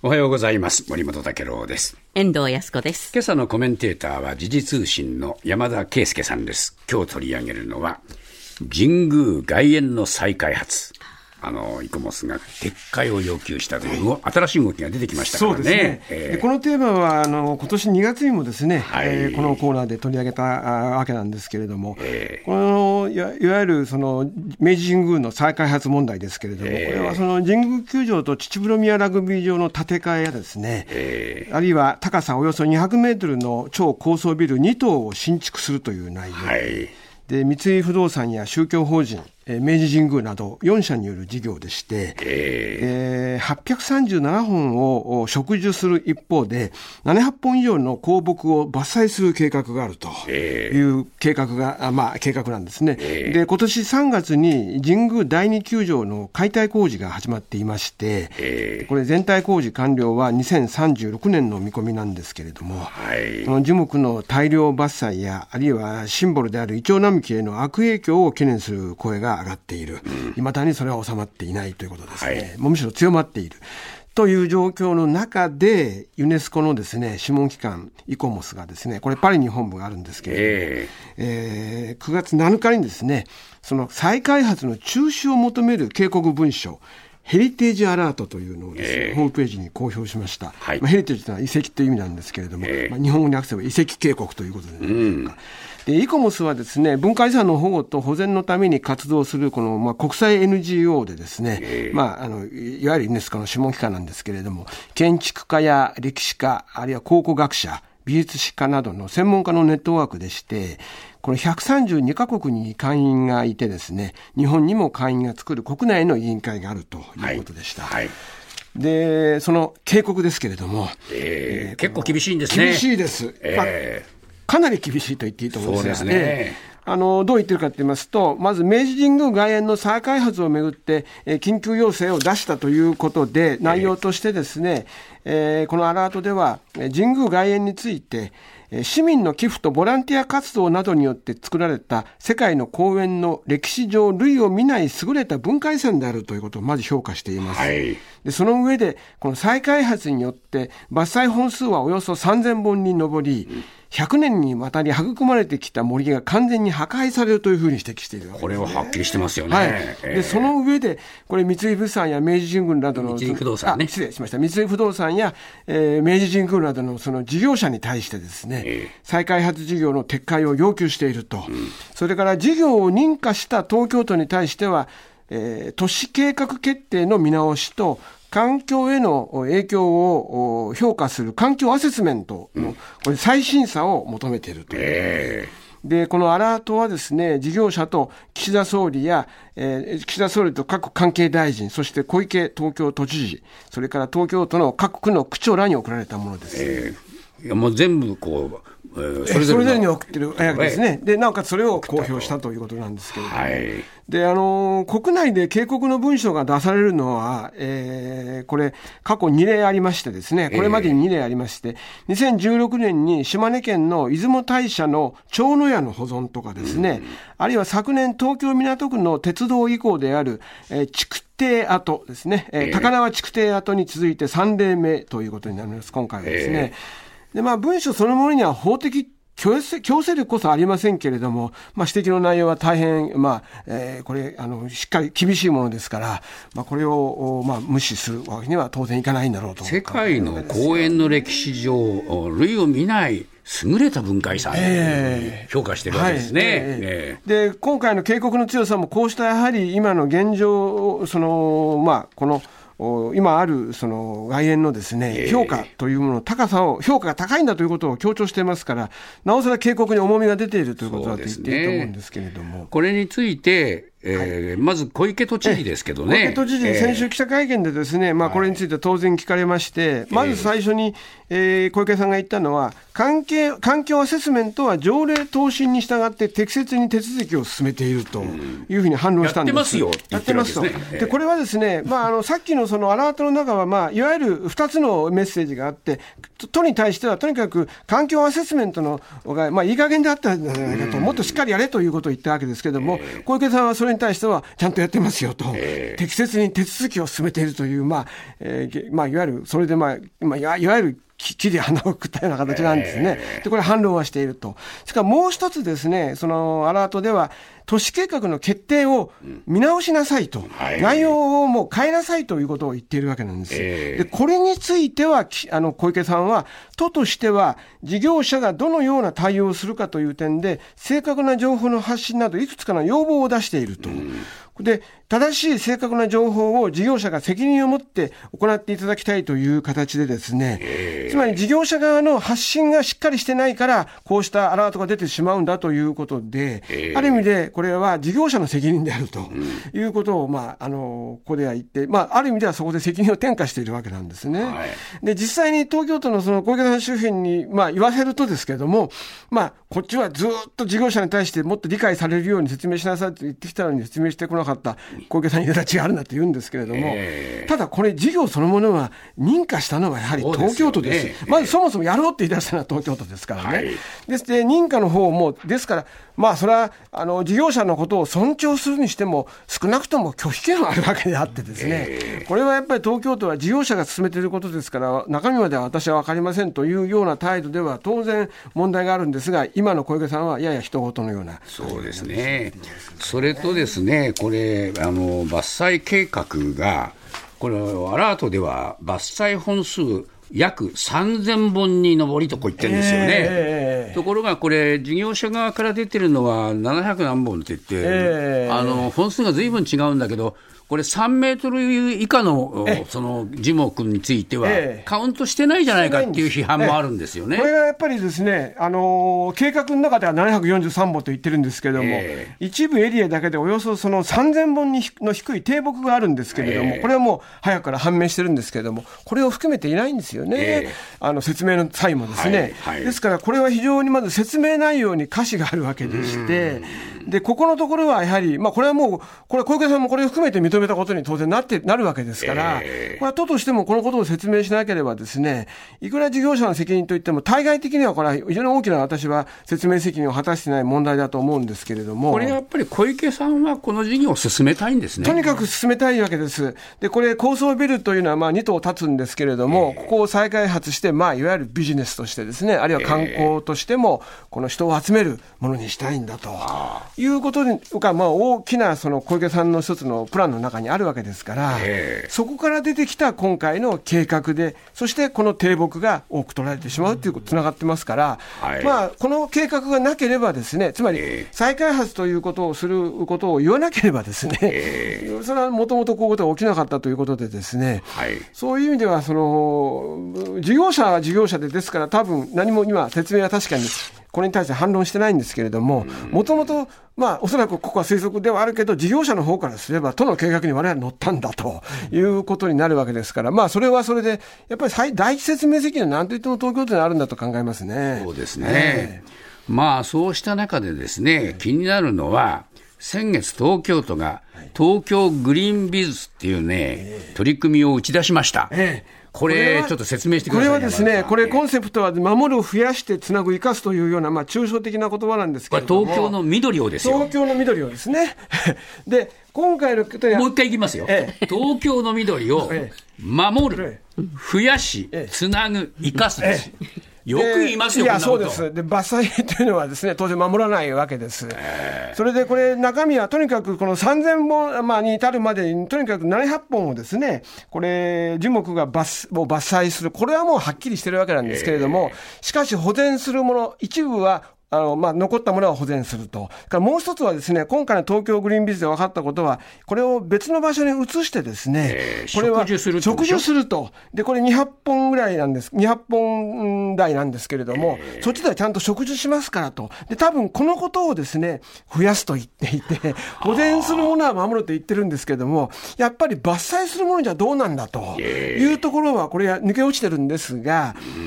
おはようございます。森本武郎です。 遠藤康子です。 今朝のコメンテーターは時事通信の山田圭介さんです。今日取り上げるのは神宮外苑の再開発、イコモスが撤回を要求したという新しい動きが出てきましたからね。 そうですね、このテーマは今年2月にもですね、このコーナーで取り上げたわけなんですけれども、このいわゆるその明治神宮の再開発問題ですけれども、これはその神宮球場と秩父宮ラグビー場の建て替えやですね、あるいは高さおよそ200メートルの超高層ビル2棟を新築するという内容、で三井不動産や宗教法人明治神宮など4社による事業でして、837本を植樹する一方で700本以上の高木を伐採する計画があるという計画なんですね。で今年3月に神宮第二球場の解体工事が始まっていまして、これ全体工事完了は2036年の見込みなんですけれども、この樹木の大量伐採やあるいはシンボルであるイチョウ並木への悪影響を懸念する声が上がっている。未だにそれは収まっていないということですね。むしろ強まっているという状況の中で、ユネスコのですね、諮問機関イコモスがですね、これパリに本部があるんですけれども、9月7日にですね、その再開発の中止を求める警告文書ヘリテージアラートというのをですね、ホームページに公表しました。ヘリテージというのは遺跡という意味なんですけれども、日本語に訳せば遺跡警告ということで、でイコモスはですね、文化遺産の保護と保全のために活動するこの、国際 NGO でですね、いわゆるユネスコの諮問機関なんですけれども、建築家や歴史家、あるいは考古学者、美術史家などの専門家のネットワークでして、これ132カ国に会員がいてですね、日本にも会員が作る国内の委員会があるということでした。でその警告ですけれども、 結構厳しいんですね。 厳しいです。かなり厳しいと言っていいと思うんですが、 そうですね。 どう言ってるかと言いますと、まず明治神宮外苑の再開発をめぐって、緊急要請を出したということで、内容としてですね、このアラートでは神宮外苑について市民の寄付とボランティア活動などによって作られた世界の公園の歴史上類を見ない優れた文化遺産であるということをまず評価しています。でその上でこの再開発によって伐採本数はおよそ3000本に上り、100年にわたり育まれてきた森が完全に破壊されるというふうに指摘しているわけですね。 これははっきりしてますよね。 でその上でこれ三井物産や明治神宮などの三井不動産ね、 失礼しました。三井不動産や、明治神宮などのその事業者に対してですね、再開発事業の撤回を要求していると、それから事業を認可した東京都に対しては、都市計画決定の見直しと環境への影響を評価する環境アセスメントのこれ再審査を求めていると。でこのアラートはですね、事業者と岸田総理や、岸田総理と各関係大臣、そして小池東京都知事、それから東京都の各区の区長らに送られたものです。 いやもう全部こうそれぞれに送ってるわけですね。でなおかつそれを公表したということなんですけれども、で国内で警告の文書が出されるのは、これ過去2例ありましてですね、これまでに2例ありまして、2016年に島根県の出雲大社の蝶の屋の保存とかですね、あるいは昨年東京港区の鉄道遺構である、築堤跡ですね、高輪築堤跡に続いて3例目ということになります。今回はですね、で文書そのものには法的強制力こそありませんけれども、指摘の内容は大変、これしっかり厳しいものですから、これを、無視するわけには当然いかないんだろうと。 世界の公園の歴史上類を見ない優れた文化遺産を評価しているわけですね。 で今回の警告の強さもこうしたやはり今の現状、この今あるその外苑のですね、評価というものの高さを、評価が高いんだということを強調していますから、なおさら警告に重みが出ているということだと言っていいと思うんですけれども、 これについてまず小池都知事ですけどね、 小池都知事、先週記者会見でですね、これについて当然聞かれまして、まず最初に、小池さんが言ったのは、環境アセスメントは条例答申に従って適切に手続きを進めているというふうに反論したんです。 やってますよ。 でこれはですね、さっきのそのアラートの中は、いわゆる2つのメッセージがあって、都に対してはとにかく環境アセスメントのが、いい加減であったんじゃないかと、もっとしっかりやれということを言ったわけですけれども、小池さんはそれに対してはちゃんとやってますよと、適切に手続きを進めているという、いわゆるそれで、いわゆる木で花を食ったような形なんですね。で、これ反論はしていると。それからもう一つですね、そのアラートでは、都市計画の決定を見直しなさいと、内容をもう変えなさいということを言っているわけなんです。で、これについては、小池さんは、都としては、事業者がどのような対応をするかという点で、正確な情報の発信など、いくつかの要望を出していると。で、正しい正確な情報を事業者が責任を持って行っていただきたいという形でですね、つまり事業者側の発信がしっかりしてないから、こうしたアラートが出てしまうんだということで、ある意味でこれは事業者の責任であるということを、ここでは言って、ある意味ではそこで責任を転嫁しているわけなんですね。で、実際に東京都のその小池さん周辺に、言わせるとですけれども、こっちはずっと事業者に対してもっと理解されるように説明しなさいと言ってきたのに説明してこなかった小池さんに苛立ちがあるんだと言うんですけれども、ただこれ事業そのものは認可したのはやはり東京都です。まずそもそもやろうって言い出したのは東京都ですからね。ですで認可の方もですから、それは事業者のことを尊重するにしても少なくとも拒否権はあるわけであってですね、これはやっぱり東京都は事業者が進めていることですから中身までは私は分かりませんというような態度では当然問題があるんですが、今の小池さんはやや人事のような。 そうですね。それとですね、これ伐採計画がこれアラートでは伐採本数約3000本に上りとこう言ってるんですよね。ところがこれ事業者側から出てるのは700何本って言って、本数が随分違うんだけど、これ3メートル以下のその樹木についてはカウントしてないじゃないかっていう批判もあるんですよね。 これがやっぱりですね、計画の中では743本と言ってるんですけれども、一部エリアだけでおよそその3000本の低い低木があるんですけれども、これはもう早くから判明してるんですけれども、これを含めていないんですよね。説明の際もですね。ですからこれは非常にまず説明内容に瑕疵があるわけでして、でここのところはやはり、これはもうこれは小池さんもこれを含めて認めたことに当然なるわけですから、これは都としてもこのことを説明しなければですね、いくら事業者の責任といっても対外的にはこれは非常に大きな私は説明責任を果たしていない問題だと思うんですけれども、 これやっぱり小池さんはこの事業を進めたいんですね。 とにかく進めたいわけです。でこれ高層ビルというのは2棟建つんですけれども、ここを再開発して、いわゆるビジネスとしてですね、あるいは観光としてもこの人を集めるものにしたいんだということが、大きなその小池さんの一つのプランの中にあるわけですから、そこから出てきた今回の計画で、そしてこの低木が多く取られてしまうということにつながってますから、この計画がなければですね、つまり再開発ということをすることを言わなければですね、それはもともとこういうことが起きなかったということでですね、そういう意味ではその事業者は事業者でですから、多分何も今説明は確かにこれに対して反論してないんですけれども、もともとおそらくここは推測ではあるけど、事業者の方からすれば都の計画に我々乗ったんだということになるわけですから、それはそれでやっぱり第一説明責任は何といっても東京都にあるんだと考えますね。 そうですね。そうした中でですね、気になるのは先月東京都が東京グリーンビズっていうね、取り組みを打ち出しました。これちょっと説明してください。 これはですね、これコンセプトは守る、増やしてつなぐ、生かすというような抽象的な言葉なんですけれども、 これ東京の緑をですよ。 東京の緑をですね。で今回のことはもう一回いきますよ。東京の緑を守る、増やし、つなぐ、生かすです。よく言いますよ。 そうです。で伐採というのはですね、当然守らないわけです。それでこれ中身はとにかくこの3000本、に至るまでにとにかく700本をですね、これ樹木が伐採する、これはもうはっきりしてるわけなんですけれども、しかし保全するもの一部は残ったものは保全すると。もう一つはですね、今回の東京グリーンビズで分かったことは、これを別の場所に移してですね、これは植樹すると。で、これ200本ぐらいなんです。200本台なんですけれども、そっちではちゃんと植樹しますからと。で、多分このことをですね、増やすと言っていて、保全するものは守ると言ってるんですけれども、やっぱり伐採するものじゃどうなんだというところは、これは抜け落ちてるんですが、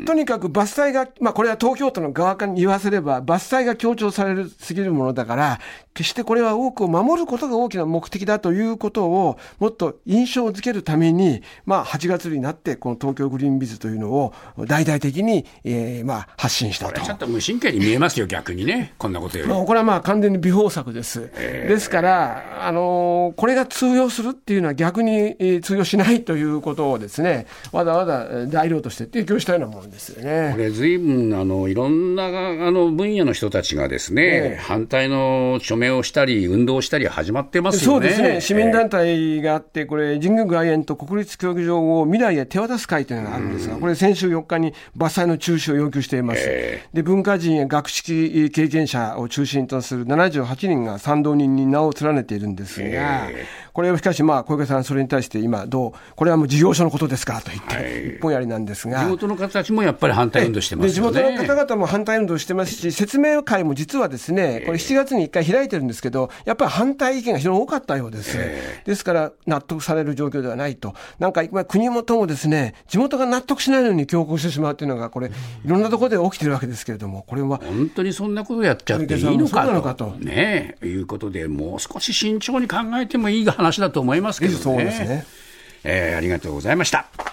とにかく伐採が、これは東京都の側から言わせれば、伐採が強調されるすぎるものだから、決してこれは多くを守ることが大きな目的だということを、もっと印象づけるために、8月になって、この東京グリーンビズというのを大々的に、発信したと。 これちょっと無神経に見えますよ、逆にね、こんなことより。 これは完全に微方策です。ですから、これが通用するっていうのは逆に通用しないということをですね、わざわざ材料として提供したようなものですよね。 これ随分いろんな分野の人たちがですね、反対の署名をしたり運動したり始まってますよね。 そうですね。市民団体があって、これ神宮外苑と国立競技場を未来へ手渡す会というのがあるんですが、これ先週4日に伐採の中止を要求しています。で、文化人や学識経験者を中心とする78人が賛同人に名を連ねているんですが、これをしかし小池さんそれに対して今これはもう事業所のことですからと言って一本やりなんですが、 地元の方たちもやっぱり反対運動してますよね。 地元の方々も反対運動してますし、説明会も実はですね、これ7月に1回開いてるんですけど、やっぱり反対意見が非常に多かったようです。ですから納得される状況ではないと。なんか国元もですね、地元が納得しないのに強行してしまうというのがこれいろんなところで起きてるわけですけれども、これは本当にそんなことやっちゃっていいのかとね、いうことで、もう少し慎重に考えてもいい話だと思いますけどね。 そうですね。 ありがとうございました。